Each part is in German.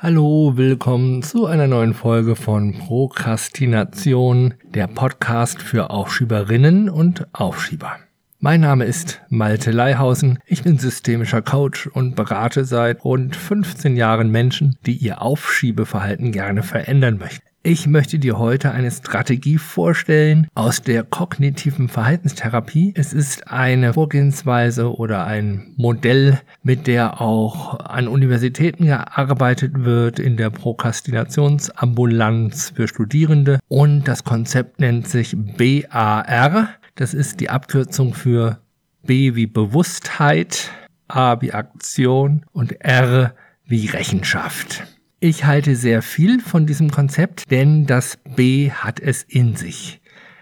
Hallo, willkommen zu einer neuen Folge von Prokrastination, der Podcast für Aufschieberinnen und Aufschieber. Mein Name ist Malte Leihausen, ich bin systemischer Coach und berate seit rund 15 Jahren Menschen, die ihr Aufschiebeverhalten gerne verändern möchten. Ich möchte dir heute eine Strategie vorstellen aus der kognitiven Verhaltenstherapie. Es ist eine Vorgehensweise oder ein Modell, mit der auch an Universitäten gearbeitet wird in der Prokrastinationsambulanz für Studierende. Und das Konzept nennt sich BAR. Das ist die Abkürzung für B wie Bewusstheit, A wie Aktion und R wie Rechenschaft. Ich halte sehr viel von diesem Konzept, denn das B hat es in sich.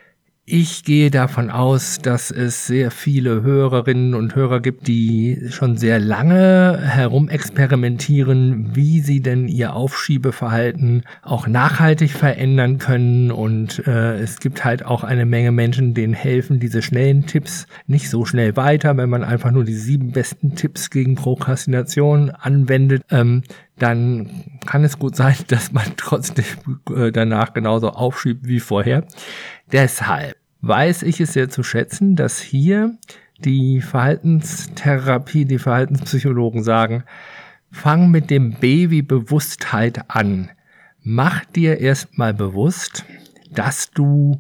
Ich gehe davon aus, dass es sehr viele Hörerinnen und Hörer gibt, die schon sehr lange herumexperimentieren, wie sie denn ihr Aufschiebeverhalten auch nachhaltig verändern können. Und es gibt halt auch eine Menge Menschen, denen helfen diese schnellen Tipps nicht so schnell weiter. Wenn man einfach nur die 7 besten Tipps gegen Prokrastination anwendet, dann kann es gut sein, dass man trotzdem danach genauso aufschiebt wie vorher. Deshalb weiß ich es sehr zu schätzen, dass hier die Verhaltenstherapie, die Verhaltenspsychologen sagen, fang mit dem B wie Bewusstheit an. Mach dir erstmal bewusst, dass du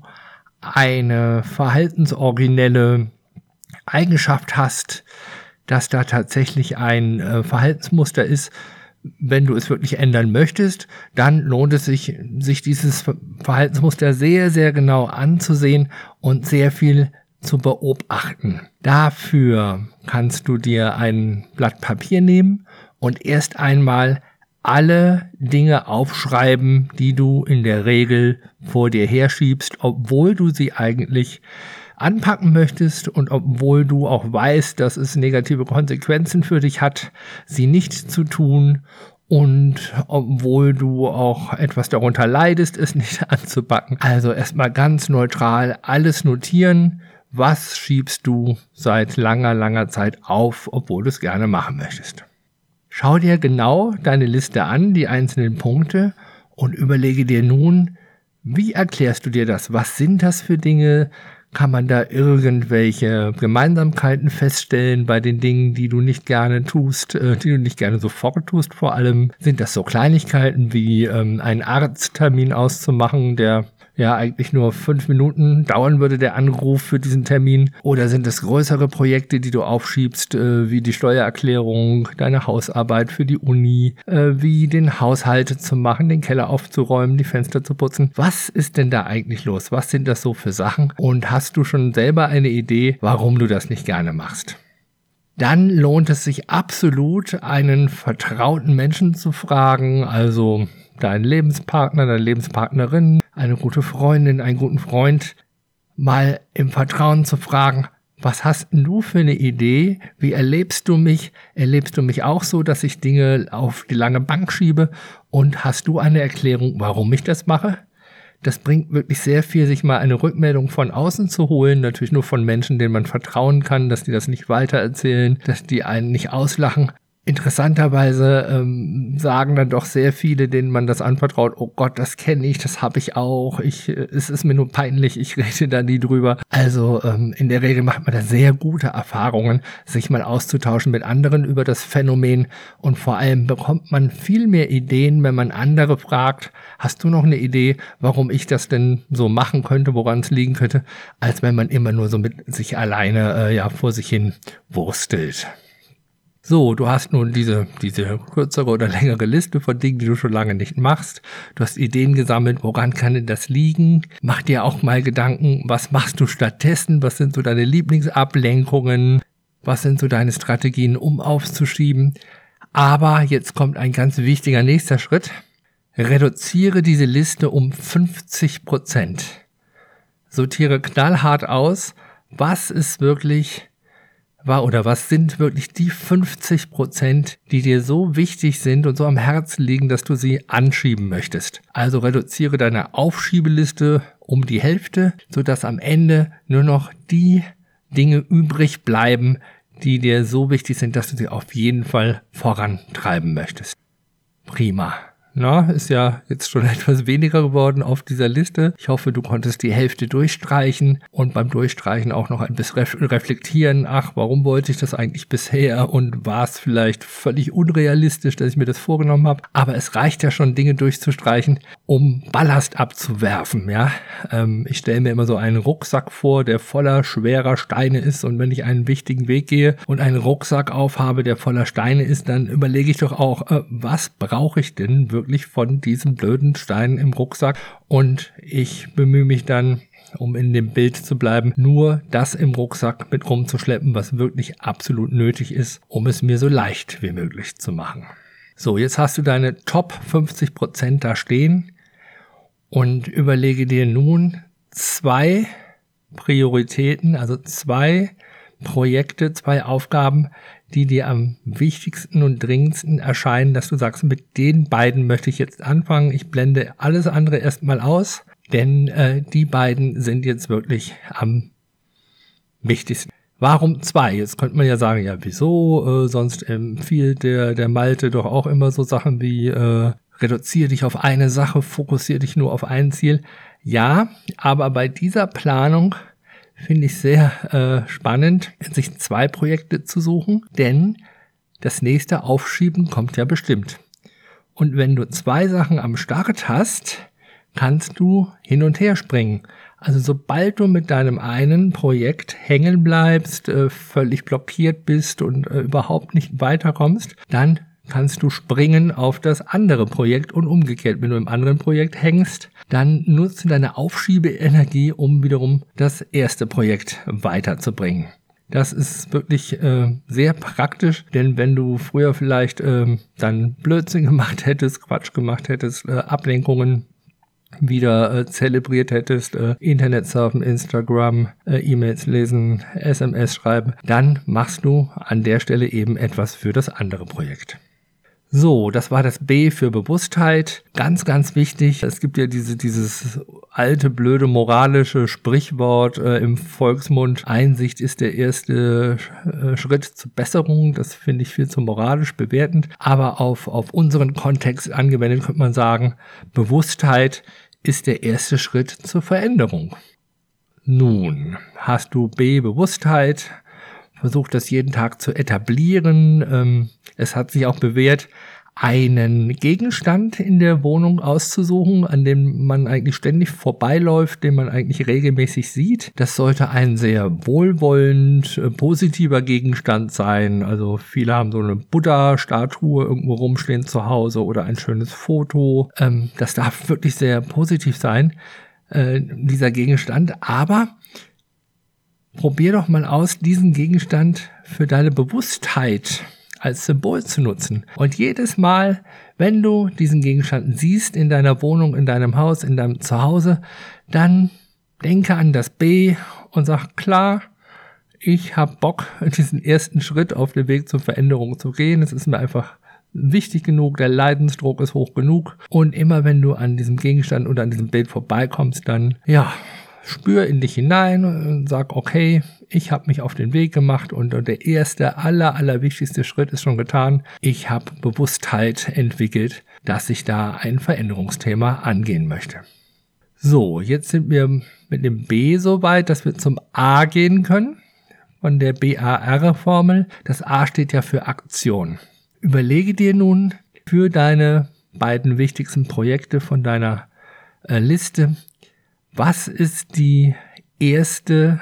eine verhaltensoriginelle Eigenschaft hast, dass da tatsächlich ein Verhaltensmuster ist. Wenn du es wirklich ändern möchtest, dann lohnt es sich dieses Verhaltensmuster sehr, sehr genau anzusehen und sehr viel zu beobachten. Dafür kannst du dir ein Blatt Papier nehmen und erst einmal alle Dinge aufschreiben, die du in der Regel vor dir herschiebst, obwohl du sie eigentlich anpacken möchtest und obwohl du auch weißt, dass es negative Konsequenzen für dich hat, sie nicht zu tun und obwohl du auch etwas darunter leidest, es nicht anzupacken. Also erstmal ganz neutral alles notieren, was schiebst du seit langer, langer Zeit auf, obwohl du es gerne machen möchtest. Schau dir genau deine Liste an, die einzelnen Punkte und überlege dir nun, wie erklärst du dir das? Was sind das für Dinge? Kann man da irgendwelche Gemeinsamkeiten feststellen bei den Dingen, die du nicht gerne tust, die du nicht gerne sofort tust? Vor allem sind das so Kleinigkeiten wie einen Arzttermin auszumachen, der ja eigentlich nur 5 Minuten dauern würde, der Anruf für diesen Termin. Oder sind es größere Projekte, die du aufschiebst, wie die Steuererklärung, deine Hausarbeit für die Uni, wie den Haushalt zu machen, den Keller aufzuräumen, die Fenster zu putzen. Was ist denn da eigentlich los? Was sind das so für Sachen? Und hast du schon selber eine Idee, warum du das nicht gerne machst? Dann lohnt es sich absolut, einen vertrauten Menschen zu fragen, also deinen Lebenspartner, deine Lebenspartnerin, eine gute Freundin, einen guten Freund, mal im Vertrauen zu fragen, was hast denn du für eine Idee? Wie erlebst du mich? Erlebst du mich auch so, dass ich Dinge auf die lange Bank schiebe? Und hast du eine Erklärung, warum ich das mache? Das bringt wirklich sehr viel, sich mal eine Rückmeldung von außen zu holen. Natürlich nur von Menschen, denen man vertrauen kann, dass die das nicht weitererzählen, dass die einen nicht auslachen. Interessanterweise sagen dann doch sehr viele, denen man das anvertraut, oh Gott, das kenne ich, das habe ich auch, es ist mir nur peinlich, ich rede da nie drüber. Also in der Regel macht man da sehr gute Erfahrungen, sich mal auszutauschen mit anderen über das Phänomen und vor allem bekommt man viel mehr Ideen, wenn man andere fragt, hast du noch eine Idee, warum ich das denn so machen könnte, woran es liegen könnte, als wenn man immer nur so mit sich alleine vor sich hin wurstelt. So, du hast nun diese kürzere oder längere Liste von Dingen, die du schon lange nicht machst. Du hast Ideen gesammelt, woran kann denn das liegen? Mach dir auch mal Gedanken, was machst du stattdessen? Was sind so deine Lieblingsablenkungen? Was sind so deine Strategien, um aufzuschieben? Aber jetzt kommt ein ganz wichtiger nächster Schritt. Reduziere diese Liste um 50%. Sortiere knallhart aus, was ist wirklich was sind wirklich die 50%, die dir so wichtig sind und so am Herzen liegen, dass du sie anschieben möchtest. Also reduziere deine Aufschiebeliste um die Hälfte, sodass am Ende nur noch die Dinge übrig bleiben, die dir so wichtig sind, dass du sie auf jeden Fall vorantreiben möchtest. Prima. ist ja jetzt schon etwas weniger geworden auf dieser Liste. Ich hoffe, du konntest die Hälfte durchstreichen und beim Durchstreichen auch noch ein bisschen reflektieren. Ach, warum wollte ich das eigentlich bisher und war es vielleicht völlig unrealistisch, dass ich mir das vorgenommen habe? Aber es reicht ja schon, Dinge durchzustreichen, um Ballast abzuwerfen. Ja, ich stelle mir immer so einen Rucksack vor, der voller schwerer Steine ist, und wenn ich einen wichtigen Weg gehe und einen Rucksack aufhabe, der voller Steine ist, dann überlege ich doch auch, was brauche ich denn wirklich von diesen blöden Steinen im Rucksack, und ich bemühe mich dann, um in dem Bild zu bleiben, nur das im Rucksack mit rumzuschleppen, was wirklich absolut nötig ist, um es mir so leicht wie möglich zu machen. So, jetzt hast du deine Top 50% da stehen und überlege dir nun 2 Prioritäten, also 2 Projekte, 2 Aufgaben, die dir am wichtigsten und dringendsten erscheinen, dass du sagst, mit den beiden möchte ich jetzt anfangen. Ich blende alles andere erstmal aus, denn die beiden sind jetzt wirklich am wichtigsten. Warum 2? Jetzt könnte man ja sagen, ja wieso? Sonst empfiehlt der Malte doch auch immer so Sachen wie reduziere dich auf eine Sache, fokussiere dich nur auf ein Ziel. Ja, aber bei dieser Planung finde ich sehr spannend, sich 2 Projekte zu suchen, denn das nächste Aufschieben kommt ja bestimmt. Und wenn du 2 Sachen am Start hast, kannst du hin und her springen. Also sobald du mit deinem einen Projekt hängen bleibst, völlig blockiert bist und überhaupt nicht weiterkommst, dann kannst du springen auf das andere Projekt und umgekehrt. Wenn du im anderen Projekt hängst, dann nutzt du deine Aufschiebeenergie, um wiederum das erste Projekt weiterzubringen. Das ist wirklich sehr praktisch, denn wenn du früher vielleicht dann Blödsinn gemacht hättest, Quatsch gemacht hättest, Ablenkungen wieder zelebriert hättest, Internet surfen, Instagram, E-Mails lesen, SMS schreiben, dann machst du an der Stelle eben etwas für das andere Projekt. So, das war das B für Bewusstheit. Ganz, ganz wichtig. Es gibt ja dieses alte, blöde, moralische Sprichwort im Volksmund. Einsicht ist der erste Schritt zur Besserung. Das finde ich viel zu moralisch bewertend. Aber auf unseren Kontext angewendet könnte man sagen, Bewusstheit ist der erste Schritt zur Veränderung. Nun, hast du B, Bewusstheit, versucht das jeden Tag zu etablieren. Es hat sich auch bewährt, einen Gegenstand in der Wohnung auszusuchen, an dem man eigentlich ständig vorbeiläuft, den man eigentlich regelmäßig sieht. Das sollte ein sehr wohlwollend, positiver Gegenstand sein. Also viele haben so eine Buddha-Statue irgendwo rumstehen zu Hause oder ein schönes Foto. Das darf wirklich sehr positiv sein, dieser Gegenstand. Aber probier doch mal aus, diesen Gegenstand für deine Bewusstheit als Symbol zu nutzen. Und jedes Mal, wenn du diesen Gegenstand siehst in deiner Wohnung, in deinem Haus, in deinem Zuhause, dann denke an das B und sag, klar, ich habe Bock, diesen ersten Schritt auf dem Weg zur Veränderung zu gehen. Es ist mir einfach wichtig genug, der Leidensdruck ist hoch genug. Und immer wenn du an diesem Gegenstand oder an diesem Bild vorbeikommst, dann, spür in dich hinein und sag, okay, ich habe mich auf den Weg gemacht und der erste, allerwichtigste Schritt ist schon getan. Ich habe Bewusstheit entwickelt, dass ich da ein Veränderungsthema angehen möchte. So, jetzt sind wir mit dem B so weit, dass wir zum A gehen können, von der BAR-Formel. Das A steht ja für Aktion. Überlege dir nun für deine beiden wichtigsten Projekte von deiner Liste, was ist die erste,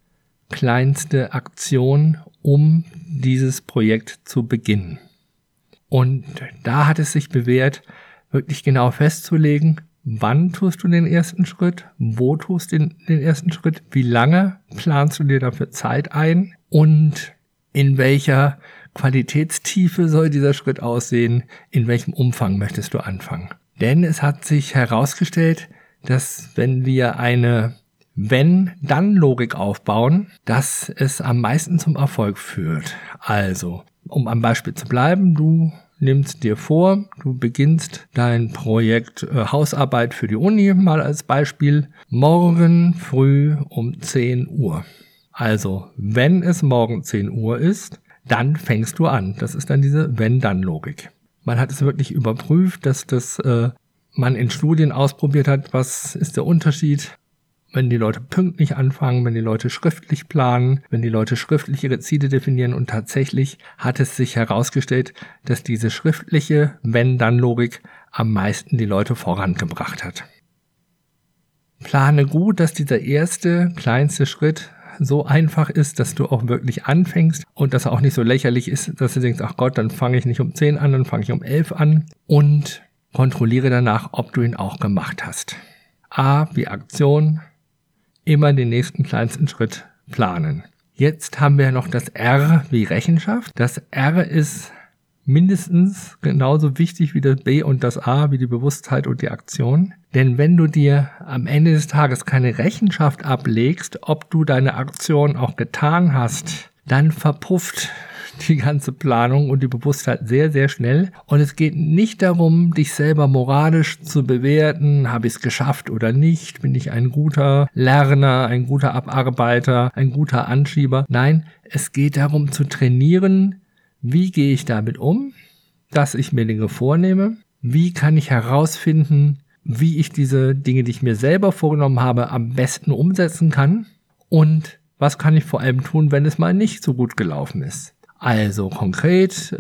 kleinste Aktion, um dieses Projekt zu beginnen? Und da hat es sich bewährt, wirklich genau festzulegen, wann tust du den ersten Schritt, wo tust du den ersten Schritt, wie lange planst du dir dafür Zeit ein und in welcher Qualitätstiefe soll dieser Schritt aussehen, in welchem Umfang möchtest du anfangen. Denn es hat sich herausgestellt, dass wenn wir eine Wenn-Dann-Logik aufbauen, dass es am meisten zum Erfolg führt. Also, um am Beispiel zu bleiben, du nimmst dir vor, du beginnst dein Projekt Hausarbeit für die Uni, mal als Beispiel, morgen früh um 10 Uhr. Also, wenn es morgen 10 Uhr ist, dann fängst du an. Das ist dann diese Wenn-Dann-Logik. Man hat es wirklich überprüft, dass man in Studien ausprobiert hat, was ist der Unterschied, wenn die Leute pünktlich anfangen, wenn die Leute schriftlich planen, wenn die Leute schriftlich ihre Ziele definieren. Und tatsächlich hat es sich herausgestellt, dass diese schriftliche Wenn-Dann-Logik am meisten die Leute vorangebracht hat. Plane gut, dass dieser erste, kleinste Schritt so einfach ist, dass du auch wirklich anfängst und dass er auch nicht so lächerlich ist, dass du denkst, ach Gott, dann fange ich nicht um 10 an, dann fange ich um 11 an und kontrolliere danach, ob du ihn auch gemacht hast. A wie Aktion, immer den nächsten kleinsten Schritt planen. Jetzt haben wir noch das R wie Rechenschaft. Das R ist mindestens genauso wichtig wie das B und das A, wie die Bewusstheit und die Aktion. Denn wenn du dir am Ende des Tages keine Rechenschaft ablegst, ob du deine Aktion auch getan hast, dann verpufft die ganze Planung und die Bewusstheit sehr, sehr schnell. Und es geht nicht darum, dich selber moralisch zu bewerten, habe ich es geschafft oder nicht, bin ich ein guter Lerner, ein guter Abarbeiter, ein guter Anschieber. Nein, es geht darum zu trainieren, wie gehe ich damit um, dass ich mir Dinge vornehme, wie kann ich herausfinden, wie ich diese Dinge, die ich mir selber vorgenommen habe, am besten umsetzen kann und was kann ich vor allem tun, wenn es mal nicht so gut gelaufen ist. Also konkret,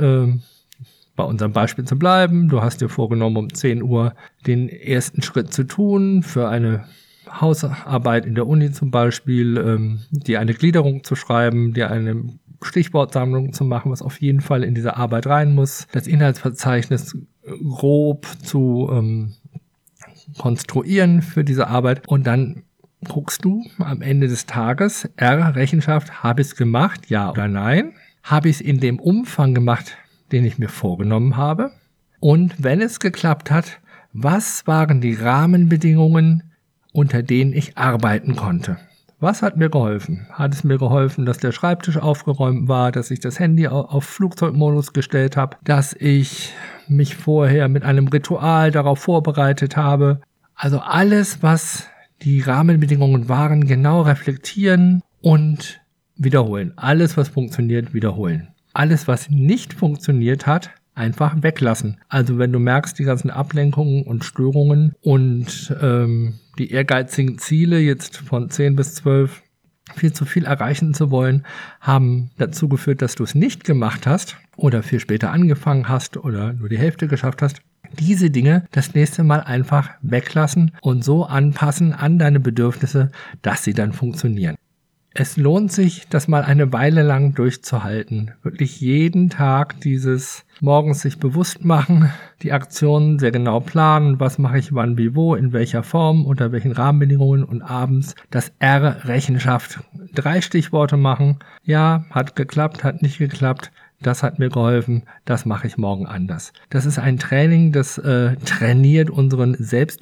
bei unserem Beispiel zu bleiben, du hast dir vorgenommen, um 10 Uhr den ersten Schritt zu tun, für eine Hausarbeit in der Uni zum Beispiel, dir eine Gliederung zu schreiben, dir eine Stichwortsammlung zu machen, was auf jeden Fall in diese Arbeit rein muss, das Inhaltsverzeichnis grob zu konstruieren für diese Arbeit und dann guckst du am Ende des Tages, R, Rechenschaft, habe ich es gemacht, ja oder nein? Habe ich es in dem Umfang gemacht, den ich mir vorgenommen habe? Und wenn es geklappt hat, was waren die Rahmenbedingungen, unter denen ich arbeiten konnte? Was hat mir geholfen? Hat es mir geholfen, dass der Schreibtisch aufgeräumt war, dass ich das Handy auf Flugzeugmodus gestellt habe, dass ich mich vorher mit einem Ritual darauf vorbereitet habe? Also alles, was die Rahmenbedingungen waren, genau reflektieren und wiederholen. Alles, was funktioniert, wiederholen. Alles, was nicht funktioniert hat, einfach weglassen. Also wenn du merkst, die ganzen Ablenkungen und Störungen und die ehrgeizigen Ziele jetzt von 10 bis 12 viel zu viel erreichen zu wollen, haben dazu geführt, dass du es nicht gemacht hast oder viel später angefangen hast oder nur die Hälfte geschafft hast. Diese Dinge das nächste Mal einfach weglassen und so anpassen an deine Bedürfnisse, dass sie dann funktionieren. Es lohnt sich, das mal eine Weile lang durchzuhalten. Wirklich jeden Tag dieses morgens sich bewusst machen, die Aktionen sehr genau planen, was mache ich wann, wie, wo, in welcher Form, unter welchen Rahmenbedingungen und abends das R Rechenschaft. 3 Stichworte machen. Ja, hat geklappt, hat nicht geklappt. Das hat mir geholfen, das mache ich morgen anders. Das ist ein Training, das trainiert unseren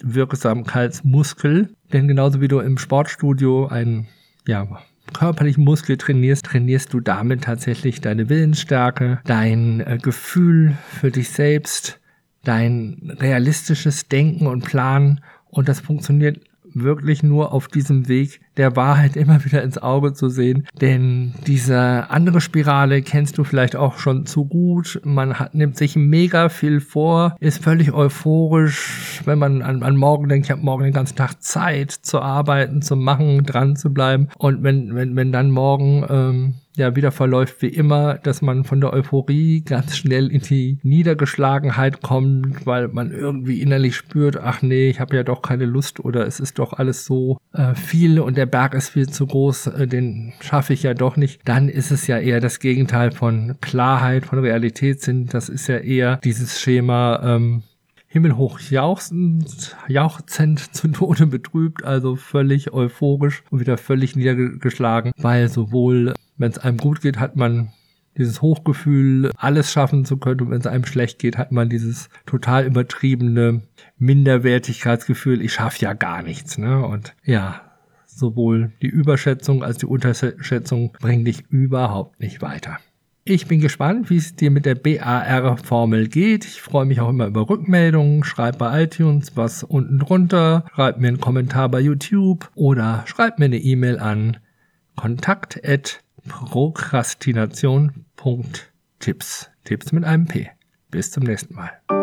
Selbstwirksamkeitsmuskel. Denn genauso wie du im Sportstudio einen körperlichen Muskel trainierst du damit tatsächlich deine Willensstärke, dein Gefühl für dich selbst, dein realistisches Denken und Planen. Und das funktioniert wirklich nur auf diesem Weg der Wahrheit immer wieder ins Auge zu sehen. Denn diese andere Spirale kennst du vielleicht auch schon zu gut. Man nimmt sich mega viel vor, ist völlig euphorisch, wenn man an morgen denkt, ich habe morgen den ganzen Tag Zeit zu arbeiten, zu machen, dran zu bleiben. Und wenn dann morgen wieder verläuft wie immer, dass man von der Euphorie ganz schnell in die Niedergeschlagenheit kommt, weil man irgendwie innerlich spürt, ach nee, ich habe ja doch keine Lust oder es ist doch alles so viel und der Berg ist viel zu groß, den schaffe ich ja doch nicht. Dann ist es ja eher das Gegenteil von Klarheit, von Realitätssinn. Das ist ja eher dieses Schema himmelhoch jauchzend, zu Tode betrübt, also völlig euphorisch und wieder völlig niedergeschlagen, weil sowohl wenn es einem gut geht, hat man dieses Hochgefühl, alles schaffen zu können, und wenn es einem schlecht geht, hat man dieses total übertriebene Minderwertigkeitsgefühl, ich schaffe ja gar nichts, ne? Und ja, sowohl die Überschätzung als die Unterschätzung bringen dich überhaupt nicht weiter. Ich bin gespannt, wie es dir mit der BAR-Formel geht. Ich freue mich auch immer über Rückmeldungen. Schreib bei iTunes was unten drunter, schreib mir einen Kommentar bei YouTube oder schreib mir eine E-Mail an kontakt@prokrastination.tipps. Tipps mit einem P. Bis zum nächsten Mal.